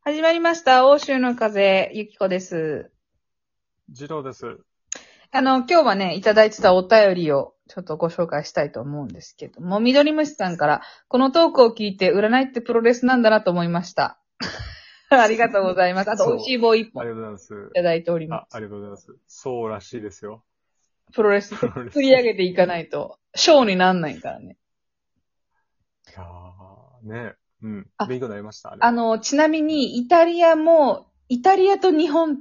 始まりました。欧州の風、ゆきこです。 次郎です。 今日はね、いただいてたお便りをちょっとご紹介したいと思うんですけども、緑虫さんから、このトークを聞いて占いってプロレスなんだなと思いました。ありがとうございます。あと、美味しい棒一本いありがとうございます。 ただいておりまあす。 りがとうございます。そうらしいですよ。 プロレスプロレ作りス。い上げていかないと、ショーになんないからね。 やね。うん。 あ、 勉強になりました、あれは。 ちなみに、イタリアと日本って、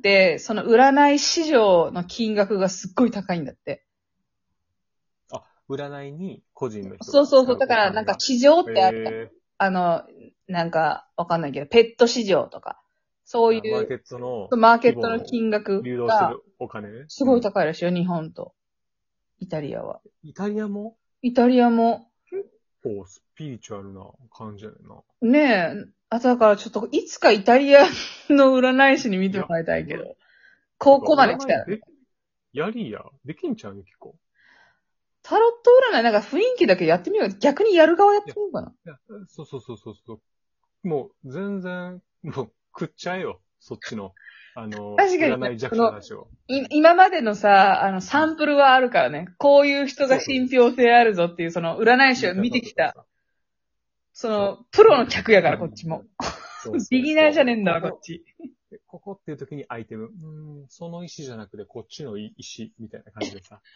その占い市場の金額がすっごい高いんだって。 あ、占いに個人の人そうそうそう。 が使うだから、なんかお金が。 市場ってあるじゃん。なんか、わかんないけど、ペット市場とか、そういマーケう、 ットのマーケットの規模の金額が、 流動するお金ね。 すごいうん。 高いらしいよ、日本と、イタリアは。 イタリアもイタリアも、 結構スピリチュアルな感じやねんな。 ねえ、だからちょっと、いつかイタリアの占い師に見いや、 てもらいたいけうど、 てか、 ここまで来たらね。 占いやりや。できんちゃうよ、結構。 タロット占いなんか雰囲気だけやってみよう。逆にやる側やっいや、 てみようかな。 いや、そう。もう、全然、もう、食っちゃえよ。そっちの、 確かに、 占い弱者たちを。 今までのさ、サンうん。 プルはあるからね。こういう人がそうそうそう。 信憑性あるぞっていう、その占い師を見た見てきた、 こととかさ。 そその、プう。で、 ロの客やから、こっちも。 そうビギナーじゃそうそう。で、 ねえんだわ、こっち。 ここっていう時にアイテム、その石じゃなくてこっちの石、みたいな感じでさ、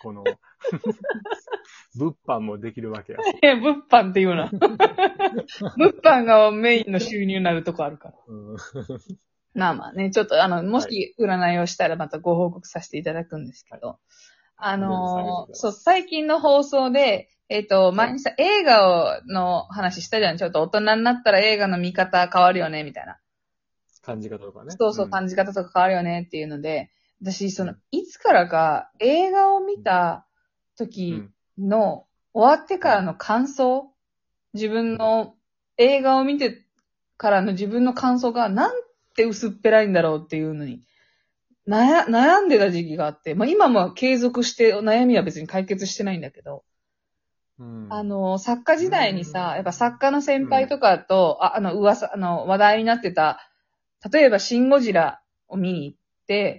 物販もできるわけや。 物販っていうな。物販がメインの収入になるとこあるから。 うん、 まあまあね、ちょっともはい。 し占いをしたらまたご報告させていただくんですけはい。 ど。 了解です。ありがとうございそう、 ます。 最近の放送で、 はい。 前にさ、映画の話したじゃん。ちょっと大人になったら映画の見方変わるよね、みたいな。 感じ方とかね。 そうそう、 うん。 感じ方とか変わるよねっていうので、私、 うん。 いつからか映画を見た時うん。 の終わってうん。 からの感想、自分うん。 の映画を見てからの自分の感想がなんて薄っぺらいんだろうっていうのに悩んでた時期があって、まあ今も継続して悩みは別に解決してないんだけど、 うん。 作家う時代にさ、やっぱ作家の先輩ん。 とかと、話題になってた、例えばシン・ゴジラを見に行って、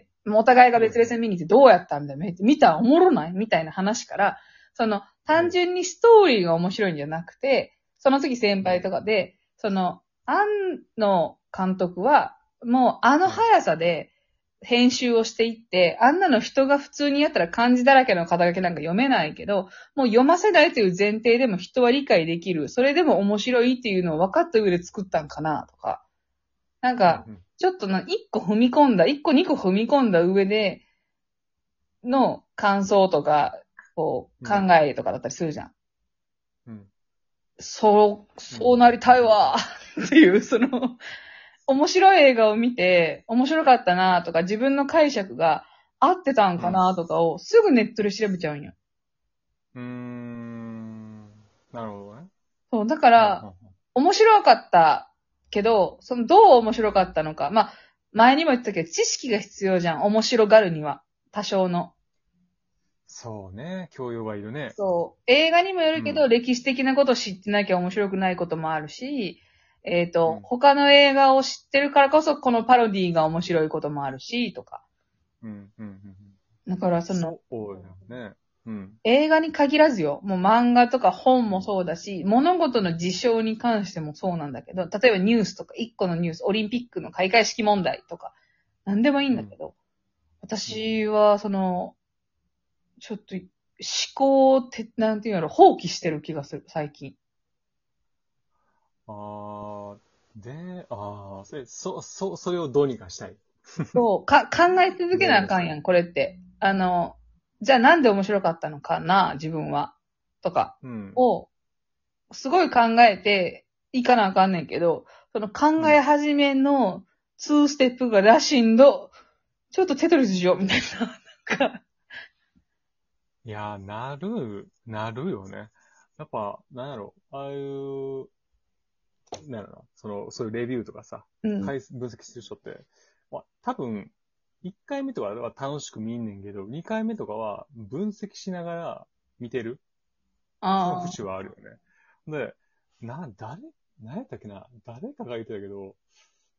もうお互いが別々に見に行ってどうやったんだよ、見たおもろないみたいな話から、単純にストーリーが面白いんじゃなくて、その時先輩とかで、庵野監督は、もうあの速さで編集をしていって、あんなの人が普通にやったら漢字だらけの肩書きなんか読めないけど、もう読ませないという前提でも人は理解できる。それでも面白いっていうのを分かった上で作ったんかなとか。なんか、ちょっと一個二個踏み込んだ上での感想とか、考えとかだったりするじゃん。そうなりたいわっていう、面白い映画を見て、面白かったなとか、自分の解釈が合ってたんかなとかをすぐネットで調べちゃうんよ。 なるほどね。 そう、だから、面白かったけど、どう面白かったのか。まあ、前にも言ったけど、知識が必要じゃん。面白がるには。多少の。 そうね。教養がいるね。 そう。映画にもよるけど、 うん。 歴史的なことを知ってなきゃ面白くないこともあるし、 うん。 他の映画を知ってるからこそ、このパロディが面白いこともあるし、とか。 うん。うん。 だから、 そうだよね。うん。 映画に限らずよ。もう漫画とか本もそうだし、物事の事象に関してもそうなんだけど、例えばニュースとか、一個のニュース、オリンピックの開会式問題とか、なんでもいいんうん。 だけど、私は、ちょっと思考って、なんていうの、放棄してる気がする、最近。 それをどうにかしたい。 そう、考え続けどうにかしたい。 なあかんやん、これって。じゃあなんで面白かったのかな、自分は。とか、 うん。 を、すごい考えていかなあかんねんけど、その考えうん。 始めの2ステップがらしんど、ちょっとテトリスしよう、みたいな。なんか、 いやー、なるよね。やっぱ、なんやろ、ああいう、なんやろな、そういうレビューとかさ、 うん。 分析する人って、まあ、多分、1回目とかは楽しく見んねんけど、2回目とかは分析しながら見てる。そのああ、 節はあるよね。で、なんやったっけな、誰かが言ってたけど、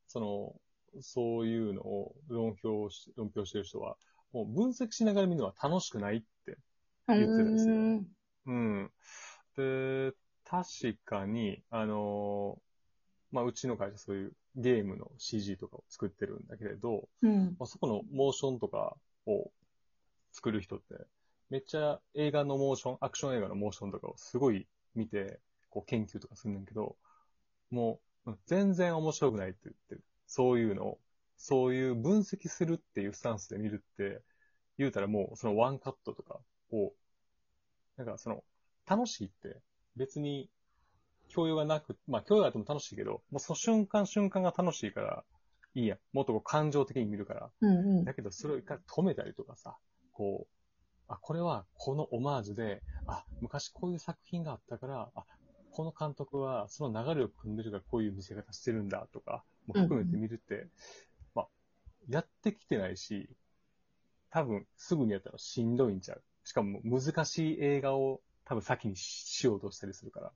そういうのを論評してる人は、もう分析しながら見るのは楽しくないって言ってたりするよね。うん。で、確かに、まあ、うちの会社そういうゲームの CG とかを作ってるんだけれど、 うん。 まあ、そこのモーションとかを作る人って、めっちゃ映画のモーション、アクション映画のモーションとかをすごい見て、こう研究とかするんだけど、もう、全然面白くないって言ってる。そういうのを、そういう分析するっていうスタンスで見るって、言うたらもうそのワンカットとかを、なんか楽しいって別に教養がなく、まあ教養があっても楽しいけど、もうその瞬間瞬間が楽しいから、いいやん。もっとこう感情的に見るから。 うん。 だけどそれを一回止めたりとかさ、こう、あ、これはこのオマージュで、あ、昔こういう作品があったから、あ、この監督はその流れを組んでるからこういう見せ方してるんだとか、も含めて見るって、まあ、やってきてないし、多分すぐにやったらしんどいんちゃう。しかも難しい映画を多分先にしようとしたりするから、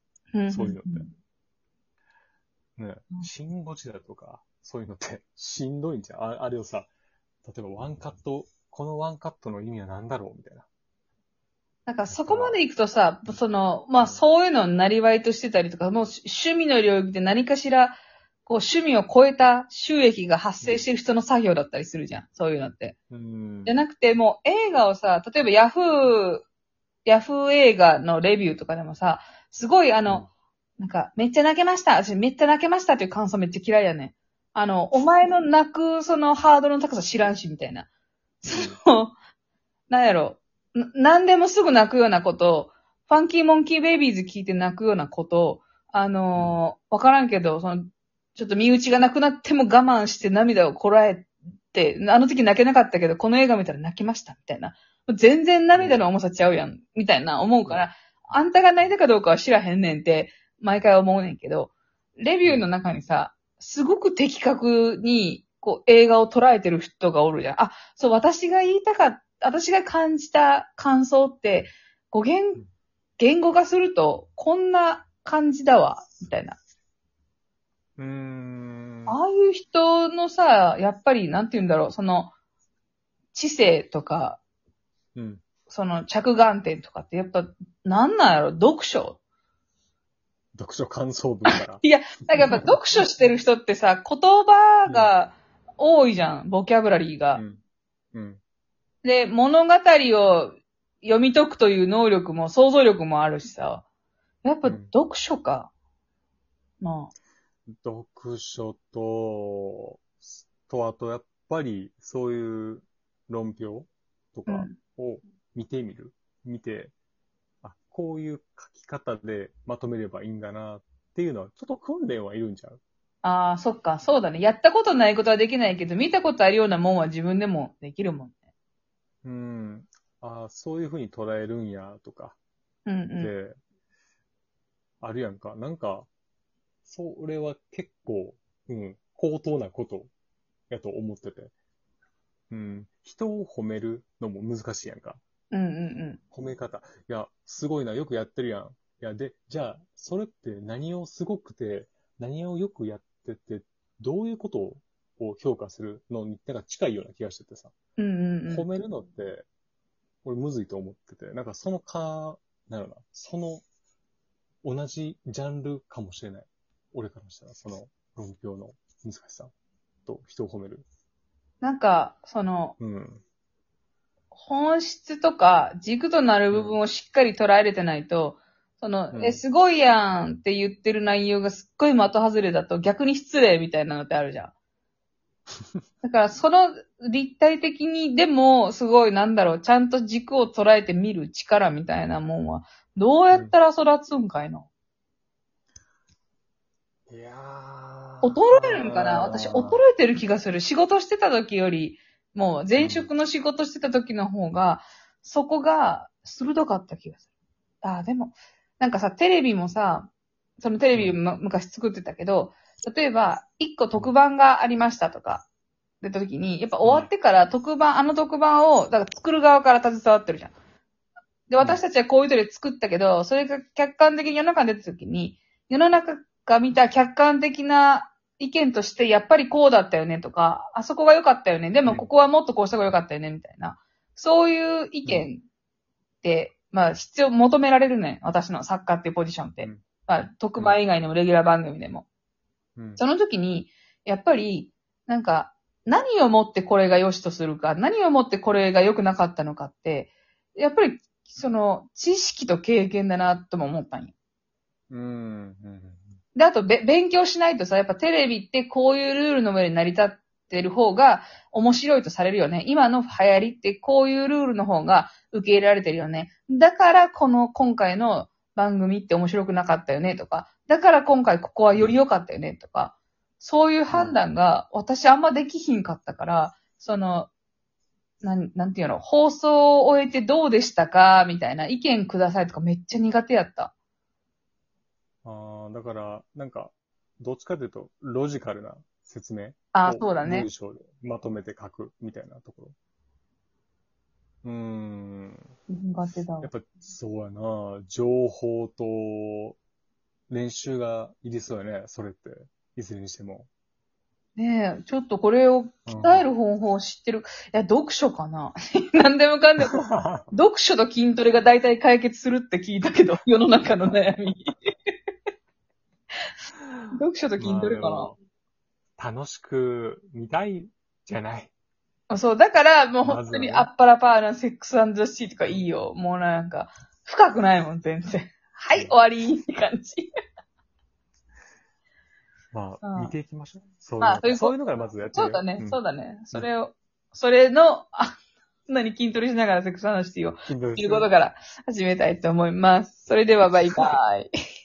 そういうのって。ね、シンゴジラとか、そういうのってしんどいんじゃん。あれをさ、例えばワンカット、このワンカットの意味は何だろうみたいな。 なんかそこまで行くとさ、まあそういうのをなりわいとしてたりとか、もう趣味の領域で何かしら、こう趣味を超えた収益が発生してる人の作業だったりするじゃん。そういうのって。じゃなくて、もう映画をさ、例えばヤフー映画のレビューとかでもさ、すごいなんか、めっちゃ泣けました。私めっちゃ泣けましたっていう感想めっちゃ嫌いやね。お前の泣くそのハードルの高さ知らんし、みたいな。なんやろ。なんでもすぐ泣くようなこと、ファンキーモンキーベイビーズ聞いて泣くようなこと、わからんけど、ちょっと身内がなくなっても我慢して涙をこらえて、あの時泣けなかったけど、この映画見たら泣きました、みたいな。全然涙の重さちゃうやん、みたいな思うから、あんたが泣いたかどうかは知らへんねんって、毎回思うねんけど、レビューの中にさ、すごく的確に、こう、映画を捉えてる人がおるじゃん。あ、そう、私が感じた感想って、言語化すると、こんな感じだわ、みたいな。ああいう人のさ、やっぱり、なんて言うんだろう、知性とか、着眼点とかって、やっぱ、なんなんやろ、読書感想文から。 いや、なんかやっぱ読書してる人ってさ、言葉が多いじゃん、ボキャブラリーが。で、物語を読み解くという能力も想像力もあるしさ。やっぱ読書か。まあ。 読書と、あとやっぱりそういう論評とかを見てみる。見て、あ、こういう書き方でまとめればいいんだなっていうのは、ちょっと訓練はいるんちゃう？ ああ、そっか。そうだね。やったことないことはできないけど、見たことあるようなもんは自分でもできるもんね。 そういうふうに捉えるんや、とか。で、あるやんか。なんか、それは結構、高等なことやと思ってて。人を褒めるのも難しいやんか。褒め方。いや、すごいな、よくやってるやん。いや、で、じゃあ、それって何をすごくて、何をよくやってて、どういうことを評価するのに、なんか近いような気がしててさ。褒めるのって、俺むずいと思ってて、なんかなんやろな、同じジャンルかもしれない。俺からしたら、論評の難しさと人を褒める。 なんか、本質とか軸となる部分をしっかり捉えれてないと、すごいやんって言ってる内容がすっごい的外れだと逆に失礼みたいなのってあるじゃん。だから立体的にでもすごいなんだろう、ちゃんと軸を捉えて見る力みたいなもんは、どうやったら育つんかいな。 いや衰えるんかな？私衰えてる気がする。仕事してた時より、もう前職の仕事してた時の方が、そこが鋭かった気がする。でも、なんかさ、テレビもさ、そのテレビも昔作ってたけど、例えば、一個特番がありましたとか、出た時に、やっぱ終わってからあの特番を、だから作る側から携わってるじゃん。で、私たちはこういう人で作ったけど、それが客観的に世の中に出た時に、世の中が見た客観的な意見としてやっぱりこうだったよねとか、あそこが良かったよね。でもここはもっとこうした方が良かったよねみたいな。そういう意見って、まあ求められるね。私の作家っていうポジションって。まあ特番以外でもレギュラー番組でも。その時に、やっぱり、なんか、何をもってこれが良しとするか、何をもってこれが良くなかったのかって、やっぱり、知識と経験だなとも思ったんよ。で、あと、勉強しないとさ、やっぱテレビってこういうルールの上に成り立ってる方が面白いとされるよね。今の流行りってこういうルールの方が受け入れられてるよね。だから今回の番組って面白くなかったよねとか、だから今回ここはより良かったよねとか、そういう判断が私あんまできひんかったから、なんていうの、放送を終えてどうでしたかみたいな意見くださいとかめっちゃ苦手やった。 だから、なんか、どっちかというと、ロジカルな説明そうだね。 文章でまとめて書くみたいなところ。 苦手だわ。 やっぱ、そうやな、情報と練習がいりそうやね、それって。いずれにしても。 ねえ、ちょっとこれを鍛える方法を知ってる。いや、読書かな何でもかんでも。読書と筋トレが大体解決するって聞いたけど、世の中の悩み。読書と筋トレかな、 楽しく見たいじゃない。 そう、だからもう本当にアッパラパーなセックス&ザ・シティとかいいよ。もうなんか、深くないもん、全然。はい、終わりって感じ。 まあ、見ていきましょう。 そういうのからまずやってそうだね、そうだね。それの、筋トレしながらセックス&ザ・シティを見ることから始めたいと思います。それではバイバイ。